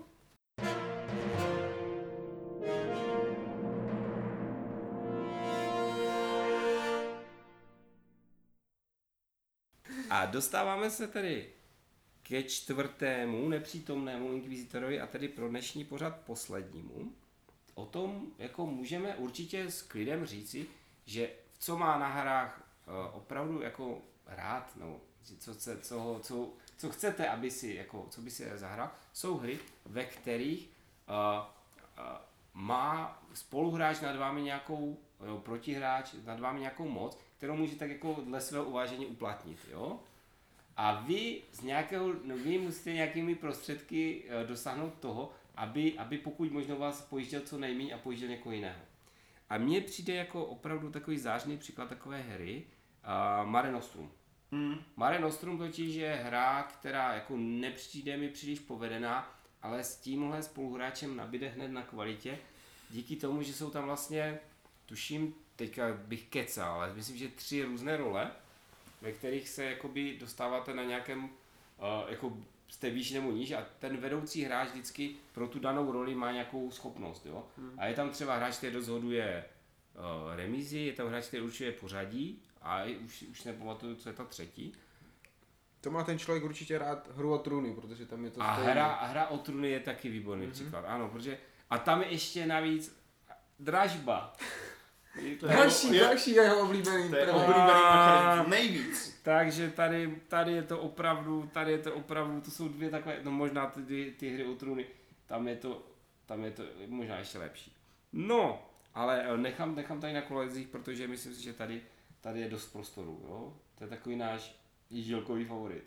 A dostáváme se tedy ke čtvrtému nepřítomnému inkvizitorovi a tedy pro dnešní pořad poslednímu. O tom jako můžeme určitě s klidem říci, že co má na hrách uh, opravdu jako rád, no, co, co, co, co, co chcete, aby si, jako, co by si zahrál, jsou hry, ve kterých uh, uh, má spoluhráč nad vámi nějakou, jo, protihráč nad vámi nějakou moc, kterou může tak jako dle svého uvážení uplatnit, jo? A vy z nějakého, no vy musíte nějakými prostředky uh, dosáhnout toho, aby, aby pokud možno vás pojížděl co nejméně a pojížděl někoho jiného. A mně přijde jako opravdu takový zářný příklad takové hry uh, Mare Nostrum. Hmm. Mare Nostrum totiž je hra, která jako nepřijde mi příliš povedená, ale s tímhle spoluhráčem nabíde hned na kvalitě, díky tomu, že jsou tam vlastně, tuším, teďka bych kecal, ale myslím, že tři různé role, ve kterých se jakoby dostáváte na nějakém, uh, jako jste výš nebo níž a ten vedoucí hráč vždycky pro tu danou roli má nějakou schopnost, jo. Hmm. A je tam třeba hráč, který rozhoduje uh, remízy, je tam hráč, který určuje pořadí a už, už nepamatuju, co je ta třetí. To má ten člověk určitě rád hru o trůny, protože tam je to A stejné. hra, a hra o trůny je taky výborný mm-hmm. příklad, ano, protože a tam je ještě navíc dražba. Další, je, další jeho oblíbený to je prvek. oblíbený mechanismus, nejvíc. Takže tady, tady je to opravdu, tady je to opravdu, to jsou dvě takové, no možná ty, ty hry o trůny, tam je to, tam je to možná ještě lepší. No, ale nechám, nechám tady na kolezích, protože myslím si, že tady, tady je dost prostoru, jo. To je takový náš jíždělkový favorit.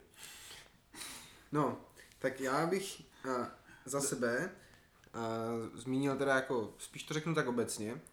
No, tak já bych uh, za sebe uh, zmínil teda jako, spíš to řeknu tak obecně, uh,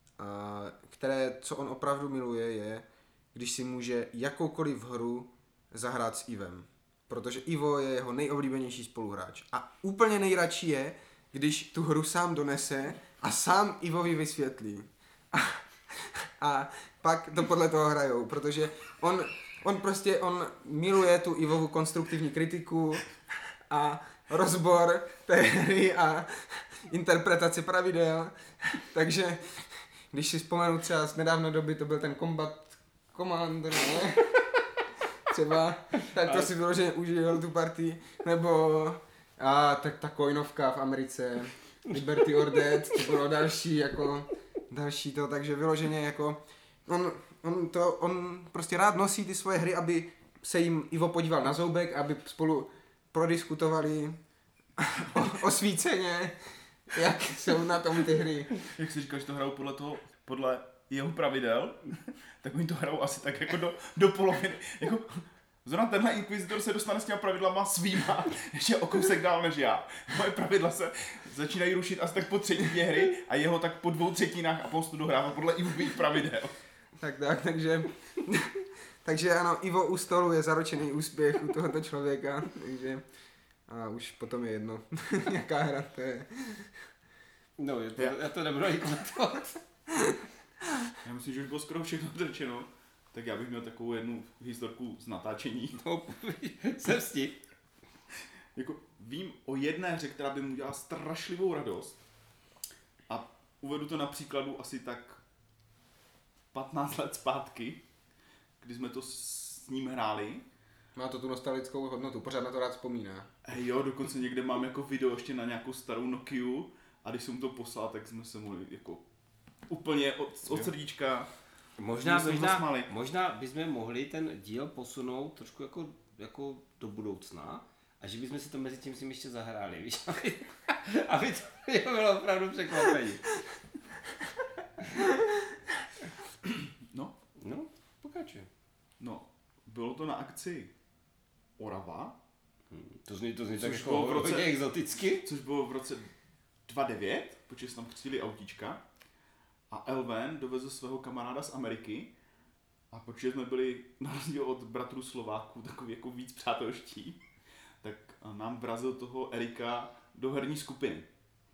které, co on opravdu miluje, je, když si může jakoukoliv hru zahrát s Ivem. Protože Ivo je jeho nejoblíbenější spoluhráč. A úplně nejradši je, když tu hru sám donese a sám Ivovi vysvětlí. A, a pak to podle toho hrajou, protože on, on prostě, on miluje tu Ivovu konstruktivní kritiku a rozbor té hry a interpretaci pravidel. Takže když si vzpomenu třeba z nedávné doby, to byl ten Combat Commander, ne? Třeba, tak to si vyloženě užil tu partii, nebo a, tak ta coinovka v Americe, Liberty or Dead, to bylo další, jako, další to, takže vyloženě jako, on, on, to, on prostě rád nosí ty svoje hry, aby se jim Ivo podíval na zoubek, aby spolu prodiskutovali o, osvíceně, jak jsou na tom ty hry. Jak si říkáš, že to hrajou podle toho, podle jeho pravidel, tak oni to hrajou asi tak jako do, do poloviny. Jako, zrovna tenhle inkvizitor se dostane s těma pravidlama svýma, ještě o kousek dál než já. Moje pravidla se začínají rušit asi tak po třetině hry a jeho tak po dvou třetinách a postu dohrává podle Ivových pravidel. Tak tak, takže, takže ano, Ivo u stolu je zaručený úspěch u tohoto člověka, takže a už potom je jedno, jaká hra to je. No, je to, já to nebudu ani komentovat. Já myslím, že už bylo skoro všechno řečeno. Tak já bych měl takovou jednu historku z natáčení. No, jsem sti. Jako vím o jedné hře, která by mu dělala strašlivou radost. A uvedu to na příkladu asi tak patnáct let zpátky, kdy jsme to s ním hráli. Má to tu nostalgickou hodnotu, pořád na to rád vzpomíná. Hey, jo, dokonce někde mám jako video ještě na nějakou starou Nokiu a když jsem mu to poslal, tak jsme se mohli jako úplně od, od srdíčka. Možná, možná, možná bychom mohli ten díl posunout trošku jako, jako do budoucna a že bychom si to mezi tím si ještě zahráli, víš, aby, aby to bylo opravdu překvapení. No? No, pokračuj. No, to na akci Orava. Hmm, to zní, to zní Což tak jako bylo v roce- hodně exoticky. Což bylo v roce dva tisíce devět, protože se tam křtili autíčka. A Elven dovezl svého kamaráda z Ameriky. A protože jsme byli na rozdíl od bratrů Slováků takový jako víc přátelští, tak nám vrazil toho Erika do herní skupiny.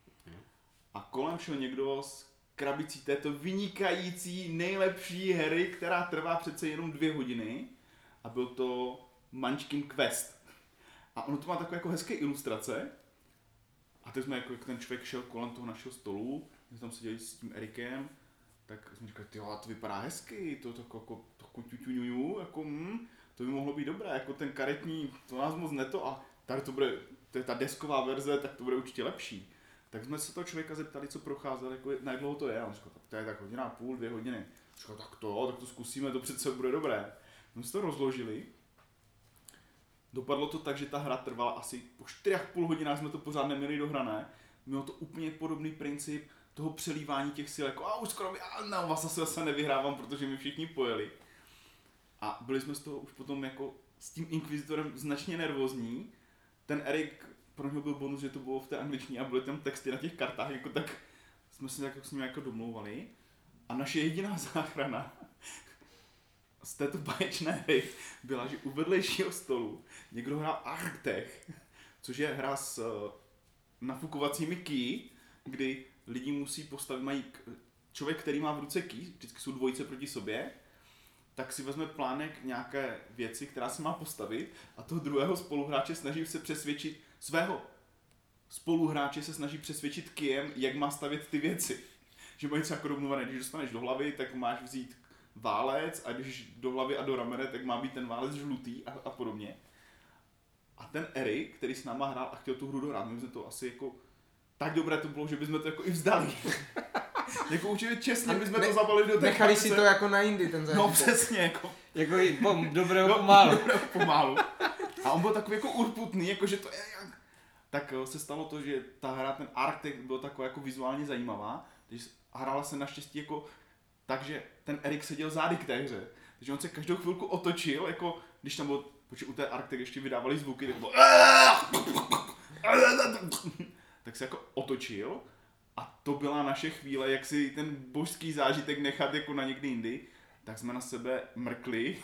A kolem šel někdo s krabicí této vynikající nejlepší hry, která trvá přece jenom dvě hodiny. A byl to Munchkin Quest. A ono to má takové jako hezké ilustrace. A teď jsme jako, jak ten člověk šel kolem toho našeho stolu, my jsme tam seděli s tím Erikem, tak jsme říkali, tyjo, to vypadá hezky, to to jako to ťuťuňuňu, jako hm, to by mohlo být dobré, jako ten karetní, to nás moc neto a tady to bude, to je ta desková verze, tak to bude určitě lepší. Tak jsme se toho člověka zeptali, co procházel, jako jak dlouho to je, a on říkal, tak to je tak hodina a půl, dvě hodiny. Říkal, tak to, tak to zkusíme, to přece bude dobré. My jsme to rozložili. Dopadlo to tak, že ta hra trvala asi po čtyři a půl hodinách, jsme to pořád neměli dohrané. Mělo to úplně podobný princip toho přelívání těch sil, jako a už skoro mi, a no, vás asi zase nevyhrávám, protože mi všichni pojeli. A byli jsme z toho už potom jako s tím Inquisitorem značně nervózní. Ten Erik, pro něho byl bonus, že to bylo v té angličtině a byly tam texty na těch kartách, jako tak jsme se tak s ním jako domlouvali. A naše jediná záchrana z této báječné hry byla, že u vedlejšího stolu někdo hrál Arktech, což je hra s uh, nafukovacími ký, kdy lidi musí postavit, mají k- člověk, který má v ruce ký, vždycky jsou dvojice proti sobě, tak si vezme plánek nějaké věci, která se má postavit a toho druhého spoluhráče snaží se přesvědčit, svého spoluhráče se snaží přesvědčit kyjem, jak má stavět ty věci. Že mají třeba domluvané, když dostaneš do hlavy, tak máš vzít válec a když do hlavy a do ramene, tak má být ten válec žlutý a, a podobně. A ten Erik, který s náma hrál a chtěl tu hru dohrát, my jsme to asi jako tak dobré to bylo, že bychom to jako i vzdali. Jako určitě čestně bychom ne, to zabalili do té Nechali krabice. si to jako na jindy, ten zážitek. No přesně, jako. Jako i po, dobrého No, pomálu. dobrého pomálu. A on byl takový jako urputný, jako že to je jak... Tak se stalo to, že ta hra, ten Arctic byl taková jako vizuálně zajímavá, takže hrála se naštěstí jako tak, že ten Erik seděl zády k té hře. Takže on se každou chvilku otočil, jako když tam byl, protože u té Arctic ještě vydávali zvuky, tak bylo tak se jako otočil a to byla naše chvíle, jak si ten božský zážitek nechat jako na někdy jindy, tak jsme na sebe mrkli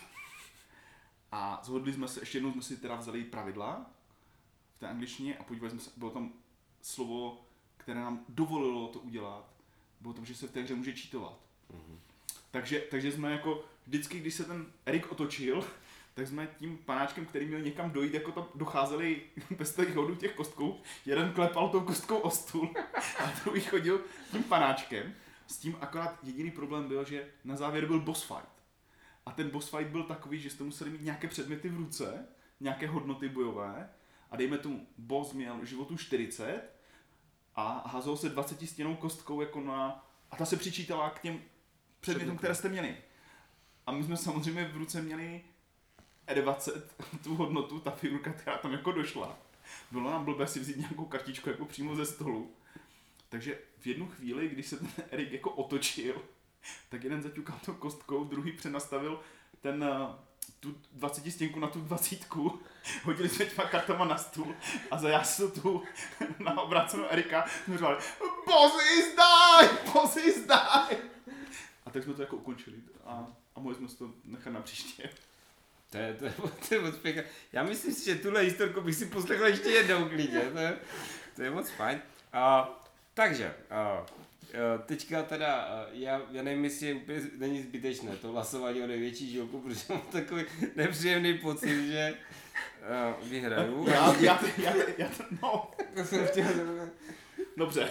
a zhodli jsme se, ještě jednou jsme si teda vzali pravidla v té angličtině a podívali jsme se, bylo tam slovo, které nám dovolilo to udělat, bylo tam, že se v té hře může cheatovat. Mm-hmm. Takže, takže jsme jako vždycky, když se ten Erik otočil, tak jsme tím panáčkem, který měl někam dojít, jako tam docházeli bez těch hodů těch kostkou. Jeden klepal tou kostkou o stůl a druhý chodil tím panáčkem. S tím akorát jediný problém byl, že na závěr byl boss fight. A ten boss fight byl takový, že jste museli mít nějaké předměty v ruce, nějaké hodnoty bojové. A dejme tomu, boss měl životu čtyřicet a házel se dvacet stěnou kostkou jako na... A ta se přičítala k těm předmětům, které jste měli. A my jsme samozřejmě v ruce měli E dvacet, tu hodnotu, ta figurka, která tam jako došla. Bylo nám blbé si vzít nějakou kartičku jako přímo ze stolu. Takže v jednu chvíli, když se ten Erik jako otočil, tak jeden zaťukal tou kostkou, druhý přenastavil ten, tu dvacet stěnku na tu dvacítku. Hodili jsme těma kartama na stůl a zajásil tu na obrácenou Erika. Jsme říkali, boss is die, boss is die. A tak jsme to jako ukončili a, a mohli jsme si to nechat na příště. To je, to je, to je moc pěkné. Já myslím si, že tuhle historku bych si poslechl ještě jednou klidně. To je, to je moc fajn. Uh, takže, uh, teďka teda, uh, já, já nevím, jestli úplně není zbytečné to hlasování o největší žilku, protože mám takový nepříjemný pocit, že uh, vyhraju. Já, já, já, já, no. To jsem chtěl... Dobře.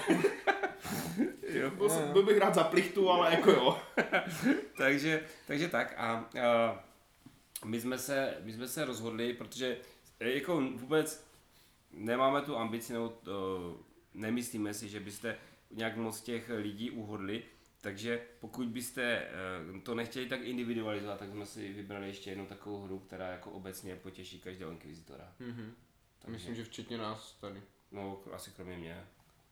Jo, byl, jsem, byl bych rád za plichtu, ale jako jo. takže, takže tak a uh, my jsme se, my jsme se rozhodli, protože jako vůbec nemáme tu ambici, nebo to, nemyslíme si, že byste nějak moc těch lidí uhodli, takže pokud byste to nechtěli tak individualizovat, tak jsme si vybrali ještě jednu takovou hru, která jako obecně potěší každého inkvizitora. Mm-hmm. Myslím, že včetně nás tady. No, asi kromě mě.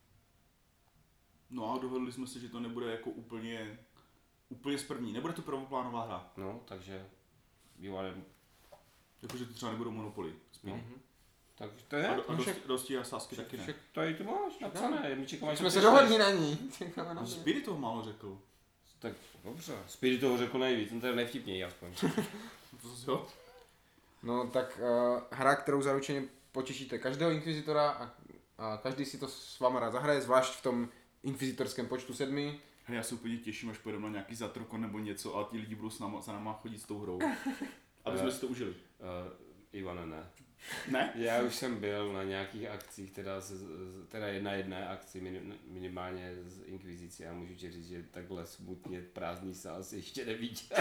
No a dohodli jsme se, že to nebude jako úplně, úplně z první, nebude to prvoplánová hra. No, takže bývalé Jakože ty třeba nebudou Monopoly. No. Tak to je, A, do, a no, dosti, však, dosti a sásky taky ne. však tady to máš napsané, my čekáme, Jsme se dohodli na ní. A Speedy toho málo řekl. Tak dobře, Speedy toho řekl nejvíc, no to je nejvtipněji aspoň. To zase jo. No tak uh, hra, kterou zaručeně potěšíte každého inkvizitora a, a každý si to s váma rád zahraje, zvlášť v tom inkvizitorském počtu sedmi. Hej, já se úplně těším, až pojedeme na nějaký zatrokon nebo něco a ti lidi budou s náma, za náma chodit s tou hrou. Aby jsme si to užili. Uh, Ivane, ne. Ne? Já už jsem byl na nějakých akcích, teda, z, z, teda jedna jedné akci minim, minimálně z Inkvizice a můžu ti říct, že takhle smutně prázdný sál si ještě neviděl.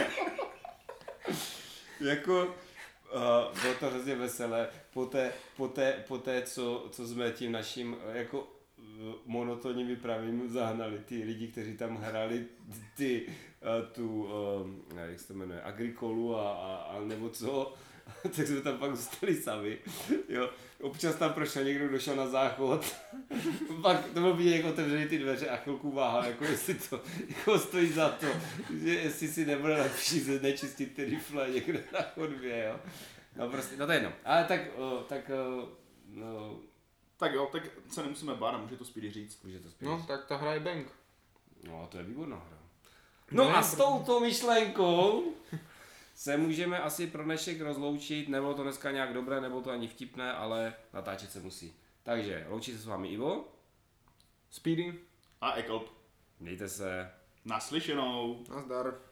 Jako, uh, bylo to hrozně veselé, poté, poté, poté co, co jsme tím naším jako uh, monotonním vyprávěním zahnali ty lidi, kteří tam hráli ty, uh, tu, uh, jak se to jmenuje, agrikolu a, a, a nebo co, tak jsme tam pak zůstali sami, jo. Občas tam prošel někdo, kdo šel na záchod, pak to bylo vidět, jak otevřeli ty dveře a chvilku váhal, jako jestli to jako stojí za to, že jestli si nebude lepší znečistit ty rifle někde na chodbě, jo. No prostě, no to je jedno, ale tak, o, tak, o, no. Tak jo, tak se nemusíme bát a může to Speedy říct. Může to spíš. No tak ta hra je bang. No a to je výborná hra. No Ne, a s touto myšlenkou se můžeme asi pro dnešek rozloučit, nebylo to dneska nějak dobré, nebylo to ani vtipné, ale natáčet se musí. Takže loučí se s vámi Ivo. Speedy. A Ekelp. Mějte se. Naslyšenou. Nazdar.